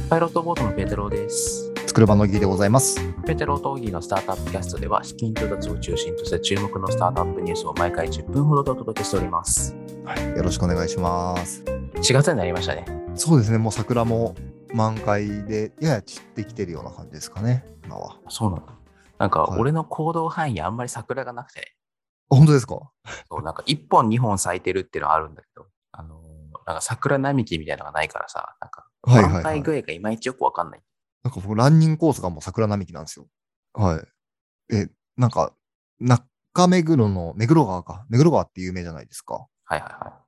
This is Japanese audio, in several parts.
パイロットボートのペテロです。 作る場のギでございます。 ペテロとギのスタートアップキャストでは資金調達を中心とした注目のスタートアップニュースを毎回10分ほどでお届けしております。 はい、よろしくお願いします。 4月になりましたね。 そうですね、もう桜も満開でやや散ってきてるような感じですかね、今は。 そうなんだ。なんか俺の行動範囲にあんまり桜がなくて、ね、 本当ですか？ そう、なんか1本2本咲いてるっていうのはあるんだけど、なんか桜並木みたいなのがないからさ、なんか満開具合がいまいちよくわかんない。 なんか僕ランニングコースがもう桜並木なんですよ。はい。なんか中目黒の目黒川か。目黒川って有名じゃないですか。 はいはいはい。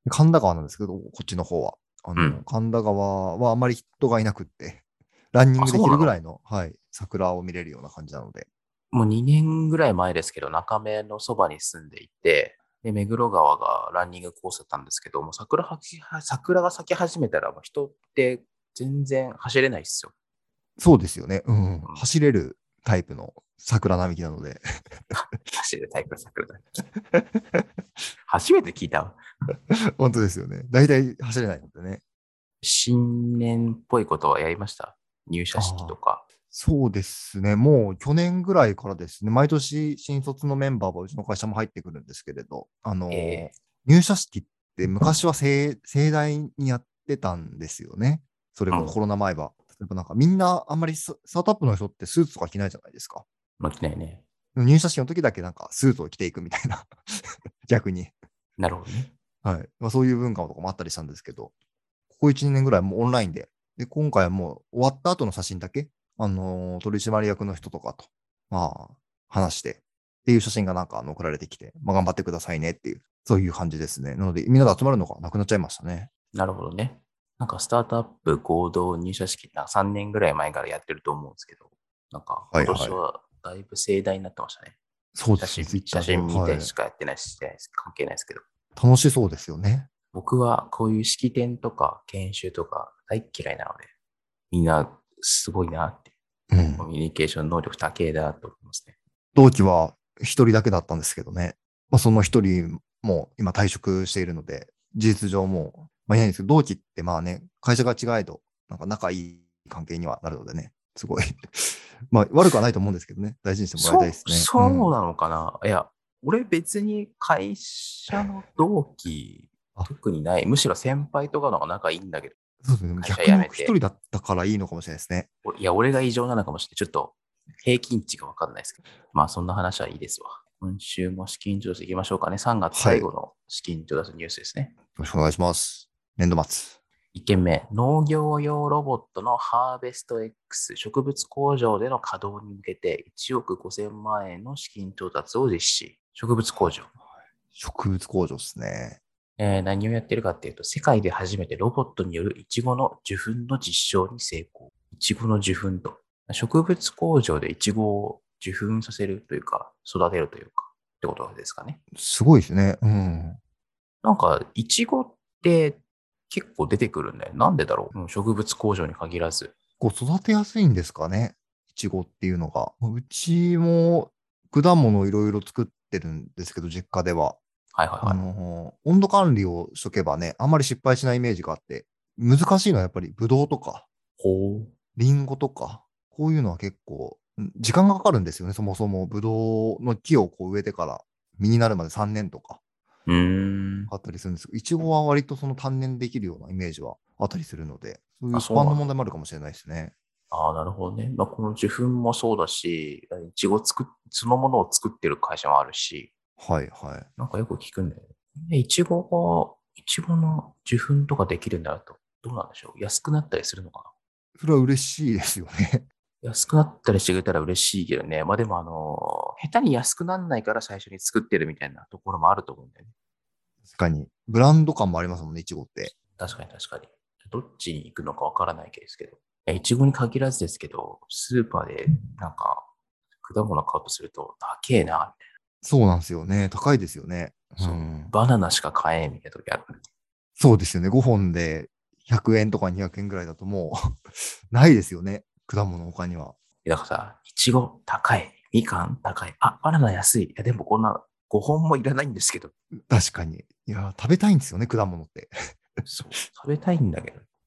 神田川なんですけど、こっちの方は。神田川はあまり人がいなくって、ランニングできるぐらいの、はい、桜を見れるような感じなので。 もう2年ぐらい前ですけど、中目のそばに住んでいて、で、目黒川がランニングコースだったんですけど、もう桜が咲き始めたら、もう人って全然走れないっすよ。 そうですよね。走れるタイプの桜並木なので。 走れるタイプの桜並木。初めて聞いたわ。 本当ですよね。大体走れないのでね。 新年っぽいことはやりました？入社式とか。 そうですね。もう去年ぐらいからですね、毎年新卒のメンバーはうちの会社も入ってくるんですけれど、入社式って昔は盛大にやってたんですよね。それこそコロナ前は。例えばなんかみんなあんまりスタートアップの人ってスーツとか着ないじゃないですか。 着ないね。 入社式の時だけなんかスーツを着ていくみたいな。逆に。 なるほどね。 はい。そういう文化とかもあったりしたんですけど、ここ1、2年ぐらいもうオンラインで、今回はもう終わった後の写真だけ、取締役の人とかと、話して、っていう写真がなんか送られてきて、頑張ってくださいねっていう、そういう感じですね。なので、みんなで集まるのがなくなっちゃいましたね。 なるほどね。なんかスタートアップ合同入社式な3年ぐらい前からやってると思うんですけど、なんか今年はだいぶ盛大になってましたね。 そうですね。 写真見てしかやってないし、関係ないですけど。 楽しそうですよね。 僕はこういう式典とか研修とか大嫌いなので、みんなすごいなって、コミュニケーション能力高いだと思いますね。 同期は一人だけだったんですけどね。その一人も今退職しているので、事実上もう、いないんですけど、同期って会社が違えど、なんか仲いい関係にはなるのでね、すごい悪くはないと思うんですけどね、大事にしてもらいたいですね。 そうなのかな。いや、俺別に会社の同期、特にない。むしろ先輩とかの方が仲いいんだけど。 そうですね。逆に一人だったからいいのかもしれないですね。 いや、俺が異常なのかもしれない。ちょっと平均値がわかんないですけど。そんな話はいいですわ。今週も資金調達いきましょうかね。3月最後の資金調達ニュースですね。 よろしくお願いします。年度末。 1件目、農業用ロボットのハーベスト X 植物工場での稼働に向けて1億5000万円の資金調達を実施。植物工場。 植物工場ですね。 何をやってるかっていうと、世界で初めてロボットによるイチゴの受粉の実証に成功。イチゴの受粉と。植物工場でイチゴを受粉させるというか、育てるというか、ってことですかね。 すごいですね。 なんか、イチゴって結構出てくるんだよ。なんでだろう。植物工場に限らず。 育てやすいんですかね。イチゴっていうのが。うちも果物いろいろ作ってるんですけど、実家では。温度管理をしとけばね、あんまり失敗しないイメージがあって、難しいのはやっぱりブドウとか、リンゴとか、こういうのは結構、時間がかかるんですよね。そもそもブドウの木を植えてから実になるまで3年とか。あったりするんですけど、イチゴは割とその単年できるようなイメージはあったりするので、そういうスパンの問題もあるかもしれないですね。 なるほどね。この受粉もそうだし、イチゴそのものを作ってる会社もあるし、 はいはい。 なんかよく聞くんだよね。イチゴの受粉とかできるんだと、どうなんでしょう。安くなったりするのかな。 それは嬉しいですよね。 安くなったりしてくれたら嬉しいけどね。でも下手に安くならないから最初に作ってるみたいなところもあると思うんだよね。 確かに。ブランド感もありますもんね、イチゴって。 確かに。どっちに行くのかわからないですけど。イチゴに限らずですけど、スーパーでなんか果物買うとすると高えな、みたいな。 そうなんですよね。高いですよね。 バナナしか買えんみたいな時ある。 そうですよね。5本で100円とか200円ぐらいだともうないですよね。果物他には。 だからさ、イチゴ高い、みかん高い、バナナ安い。いや、でもこんな5本もいらないんですけど。 確かに。いや、食べたいんですよね、果物って。 そう、食べたいんだけど。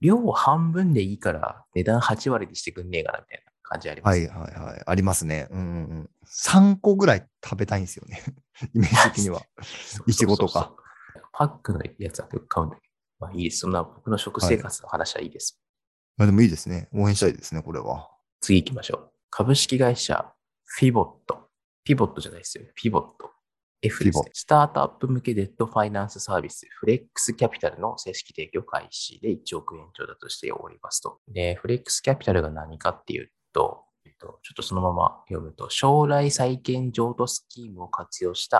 量を半分でいいから値段8割にしてくんねえかなみたいな感じありまはすね。 いはいはい。ありますね。うんうんうん。3個ぐらい食べたいんですよね。イメージ的には。 そういちそうそうそごとか。 う。パックのやつはよく買うんだけど。まあいいです。そんな僕の食はい。 生活の話はいいです。 まあでもいいですね。応援したいですね、これは。 次行きましょう。株式会社フィボット。ピボットじゃないですよ。フィボット。F フィボ。 ですね。スタートアップ向けデッドファイナンスサービス、フレックスキャピタルの正式提供開始で1億円調だとしておりますと。で、フレックスキャピタルが何かっていうと、ちょっとそのまま読むと、将来債券譲渡スキームを活用した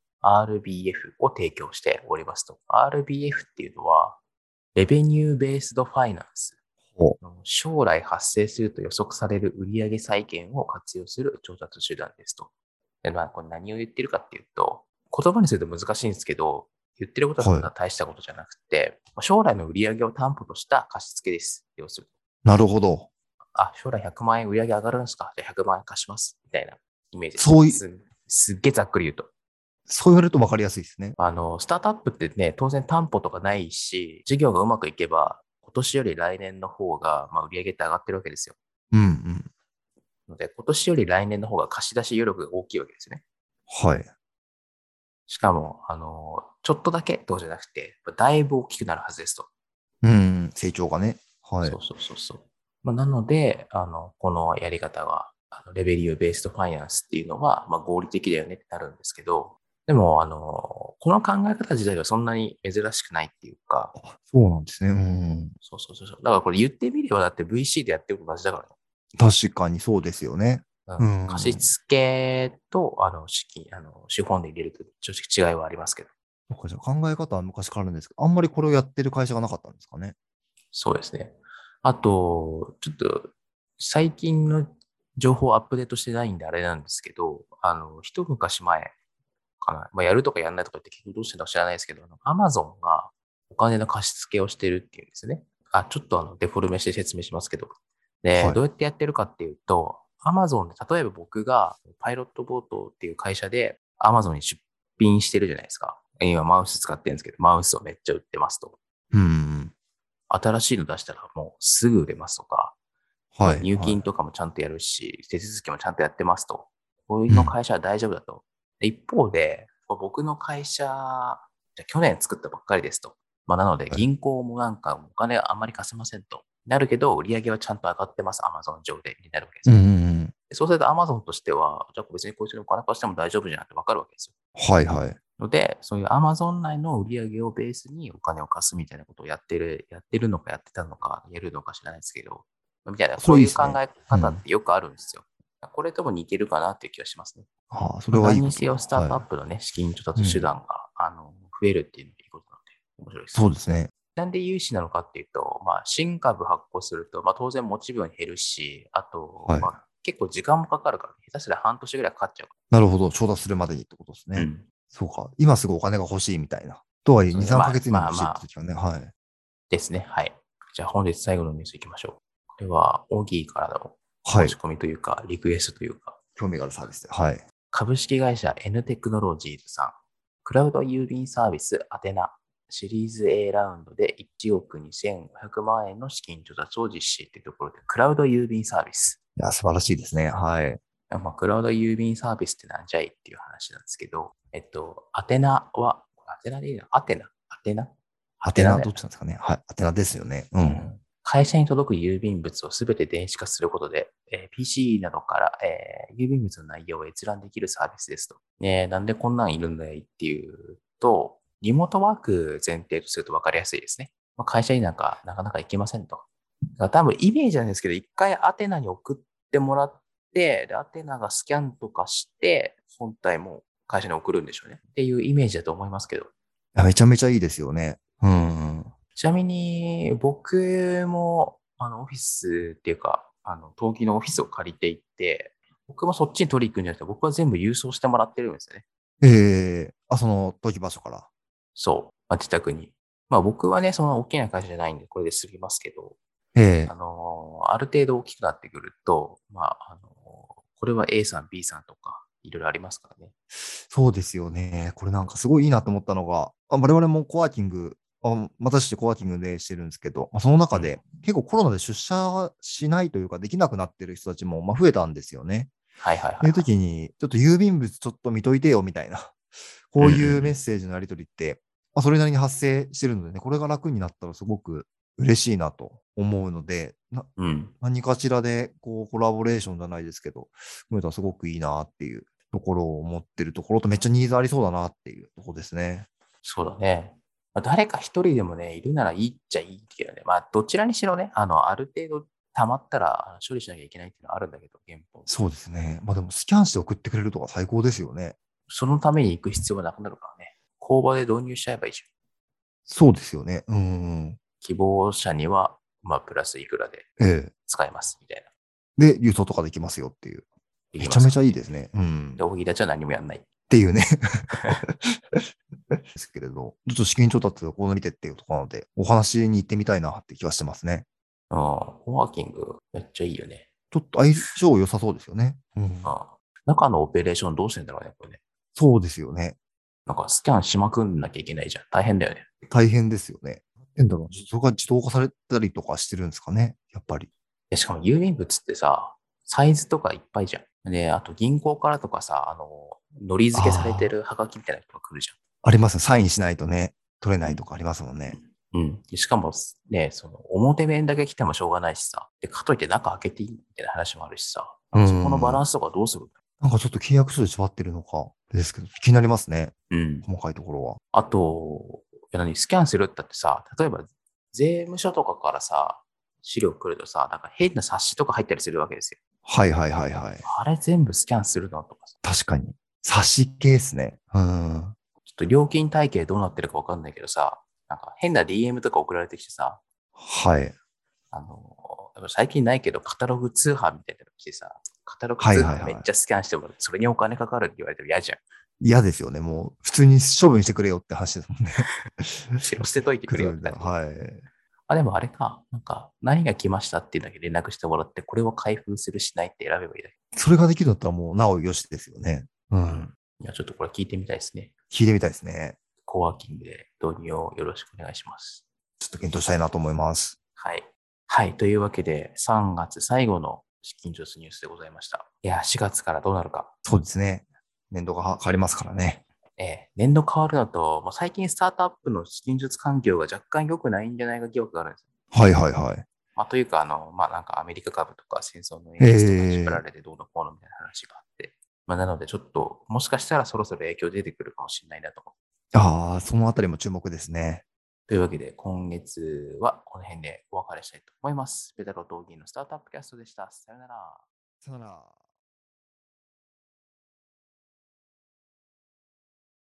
RBF を提供しておりますと。RBF っていうのは、レベニューベースドファイナンス。 ほ将来発生すると予測される売上債券を活用する調達手段ですと。でまあ、これ何を言ってるかっていうと、言葉にすると難しいんですけど、言ってることはそんなはい。 大したことじゃなくて、将来の売上を担保とした貸付です。要するに。 なるほど。 将来100万円売上上がるんですか？じゃあ100万円貸します。みたいなイメージです。 そうい、 すっげえざっくり言うと。 そう言われると分かりやすいですね。 スタートアップってね、当然担保とかないし、事業がうまくいけば、今年より来年の方が、売上って上がってるわけですよ。 うんうん。 ので、今年より来年の方が貸し出し余力が大きいわけですよね。 はい。 しかも、ちょっとだけとかじゃなくて、だいぶ大きくなるはずですと。 うん、成長がね。はい。 そうそうそうそう。なので、このやり方が、レベリューベースドファイナンスっていうのは、合理的だよねってなるんですけど、でも、この考え方自体はそんなに珍しくないっていうか、 あ、そうなんですね。うん。 そうそうそうそう。だからこれ言ってみればだって VC でやってること同じだからね。 確かにそうですよね。う貸ん。 付と、資金、資本で入れると正直違いはありますけど。 そっか、じゃあ考え方は昔からあるんですけど、あんまりこれをやってる会社がなかったんですかね。 そうですね。あと、ちょっと、最近の情報をアップデートしてないんであれなんですけど、一昔前かな。やるとかやんないとかって結局どうしてるのか知らないですけど、アマゾンがお金の貸し付けをしてるっていうんですね。ちょっとデフォルメして説明しますけど。で、 はい。 どうやってやってるかっていうと、アマゾンで、例えば僕がパイロットボートっていう会社でアマゾンに出品してるじゃないですか。今マウス使ってるんですけど、マウスをめっちゃ売ってますと。 うん。 新しいの出したらもうすぐ売れますとか、 はい。 入金はとかもちゃんとやるし、手続きもちゃんとやってますと。こういい。 ううん。 の会社は大丈夫だと。一方で、僕の会社、じゃ去年作ったばっかりですと。なので、 はい。 銀行もなんかお金あんまり貸せませんと。なるけど、売り上げはちゃんと上がってます。アマゾン上で。になるわけですよ。 うんうんうん。 そうすると、アマゾンとしては、じゃあ別にこいつにお金貸しても大丈夫じゃんってわかるわけですよ。 はいはい。 ので、そういうアマゾン内の売り上げをベースにお金を貸すみたいなことをやってるのかやってたのか、やるのか知らないですけど、みたいな、 そこういうれいいですね。 考えうん。 方ってよくあるんですよ。これとも似てるかなっていう気がしますね。 ああ、それはいい何にせよことだ。 スタートアッはプのね、資金調い。う達手ん。 段が、増えるっていうのがいいことなので、面白いです。 そうですね。 なんで融資なのかっていうと、新株発行すると、当然持ち分減るし、あと、 はい。 結構時間もかかるから、下手すら半年ぐらいかかっちゃう。 なるほど。調達するまでにってことですね。 うん。 そうか。今すぐお金が欲しいみたいな。とはいえ、2、 そうですね。 3ヶ月以内に欲しいって時はね。はい。 ですね。はい。じゃあ本日最後のニュースいきましょう。これは、オギーからのはい。 申し込みというか、リクエストというか、 興味があるサービスで。はい。 株式会社 N テクノロジーズさん、クラウド郵便サービスアテナシリーズ A ラウンドで1億2500万円の資金調達を実施というところで、クラウド郵便サービス。 いや、素晴らしいですね。はい。 クラウド郵便サービスってなんじゃいっていう話なんですけど、アテナは、アテナでいいな、アアテナ、 テナだよな。 どっちなんですかね。はい。アテナですよね。うん。 会社に届く郵便物をすべて電子化することで、PC などから、郵便物の内容を閲覧できるサービスですと。なんでこんなんいるんだいっていうと、リモートワーク前提とすると分かりやすいですね。会社になんかなかなか行けませんと。だから多分イメージなんですけど、一回アテナに送ってもらって、でアテナがスキャンとかして、本体も会社に送るんでしょうね。っていうイメージだと思いますけど。 いやめちゃめちゃいいですよね。うん。 ちなみに、僕も、オフィスっていうか、登記のオフィスを借りていって、僕もそっちに取りに行くんじゃなくて、僕は全部郵送してもらってるんですよね。 その登記場所から。 そう。自宅に。僕はね、その大きな会社じゃないんで、これで済みますけど、 ええある程度大きくなってくると、これは A さん、B さんとか、いろいろありますからね。 そうですよね。これなんかすごいいいなと思ったのが、我々もコワーキング私、コワーキングでしてるんですけど、その中うん。 で結構コロナで出社しないというか、できなくなってる人たちも増えたんですよね。 はいはいはいっていうは時に、ちょっと郵便物ちょっと見といてよみたいな、 い。 こういうメッうんうんセージのやり取りって、それなりに発生してるのでね、これが楽になったらすごく嬉しいなと思うので、 うん。うん。 何かしらでこうコラボレーションじゃないですけど、増えたらすごくいいなっていうところを思ってるところと、めっちゃニーズありそうだなっていうところですね。 そうだね。まあ誰か一人でもね、いるならいいっちゃいいけどね。まあ、どちらにしろね、ある程度溜まったら処理しなきゃいけないっていうのはあるんだけど、原本。 そうですね。でもスキャンして送ってくれるとか最高ですよね。 そのために行く必要がなくなるからね。工場で導入しちゃえばいいじゃん。 そうですよね。うん。 希望者には、まあ、プラスいくらでええ。 使えますみたいな。 で、郵送とかできますよっていう。 できめちゃめちますよっていう。 ゃいいですね。うん。 で、大喜利たちは何もやんない。 っていうね。ですけれど、ちょっと資金調達をこう見てっていうところなので、お話に行ってみたいなって気はしてますね。 うん。コワーキングめっちゃいいよね。 ちょっと相性良さそうですよね。うん。 うん。中のオペレーションどうしてんだろうね、これね。 そうですよね。 なんかスキャンしまくんなきゃいけないじゃん。大変だよね。 大変ですよね。変だろう。そこが自動化されたりとかしてるんですかね。やっぱり。 しかも郵便物ってさ、サイズとかいっぱいじゃん。で、あと銀行からとかさ、糊付けされてあるハガキみたいな人が来るじあ、ありますね。サインしないとね、取れゃん。うん。 ないとかありますもんね。 うん。しかもね、その表面だけ来てもしょうがないしさ。で、かといって中開けていいみたいな話もあるしさ。なうんかそこのバラん。 ンスとかどうする？ なんかちょっと契約書で縛ってるのか、ですけど、気になりますね。 うん。 細かいところは。 あと、スキャンするったってさ、例えば税務署とかからさ、資料来るとさ、なんか変な冊子とか入ったりするわけですよ。 はいはいはいはい。 あれ全部スキャンするのとかさ、 確かに。差し系ですね。うん。 ちょっと料金体系どうなってるかわかんないけどさ、なんか変な DM とか送られてきてさ、 はい。 最近ないけど、カタログ通販みたいなの来てさ、カタログは通いはいはい。 販めっちゃスキャンしてもらって、それにお金かかるって言われても嫌じゃん。 嫌ですよね。もう、普通に処分してくれよって話ですもんね。 むしろ捨てといてくれよって感じ。 はい。 あ、でもあれか。なんか、何が来ましたっていうだけ連絡してもらって、これを開封するしないって選べばいいだけ。 それができるんだったらもう、なおよしですよね。ううん。 ん。 いや、ちょっとこれ聞いてみたいですね。 聞いてみたいですね。 コワーキングで導入をよろしくお願いします。 ちょっと検討したいなと思います。 はい。はい。というわけで、3月最後の資金調達ニュースでございました。いや、4月からどうなるか。 そうですね。年度が変わりますからね。 年度変わるのと、もう最近スタートアップの資金術環境が若干良くないんじゃないか疑惑があるんですよ。 はいはいはい。 まあ、というか、まあ、なんかアメリカ株とか戦争の円安とかに縛らえれてどうのこうのみたいな話があって、まあ、なのでちょっと、もしかしたらそろそろ影響出てくるかもしれないなと思う。 ああ、そのあたりも注目ですね。 というわけで、今月はこの辺でお別れしたいと思います。ペダロー・ドーギーのスタートアップキャストでした。さよなら。 さよなら。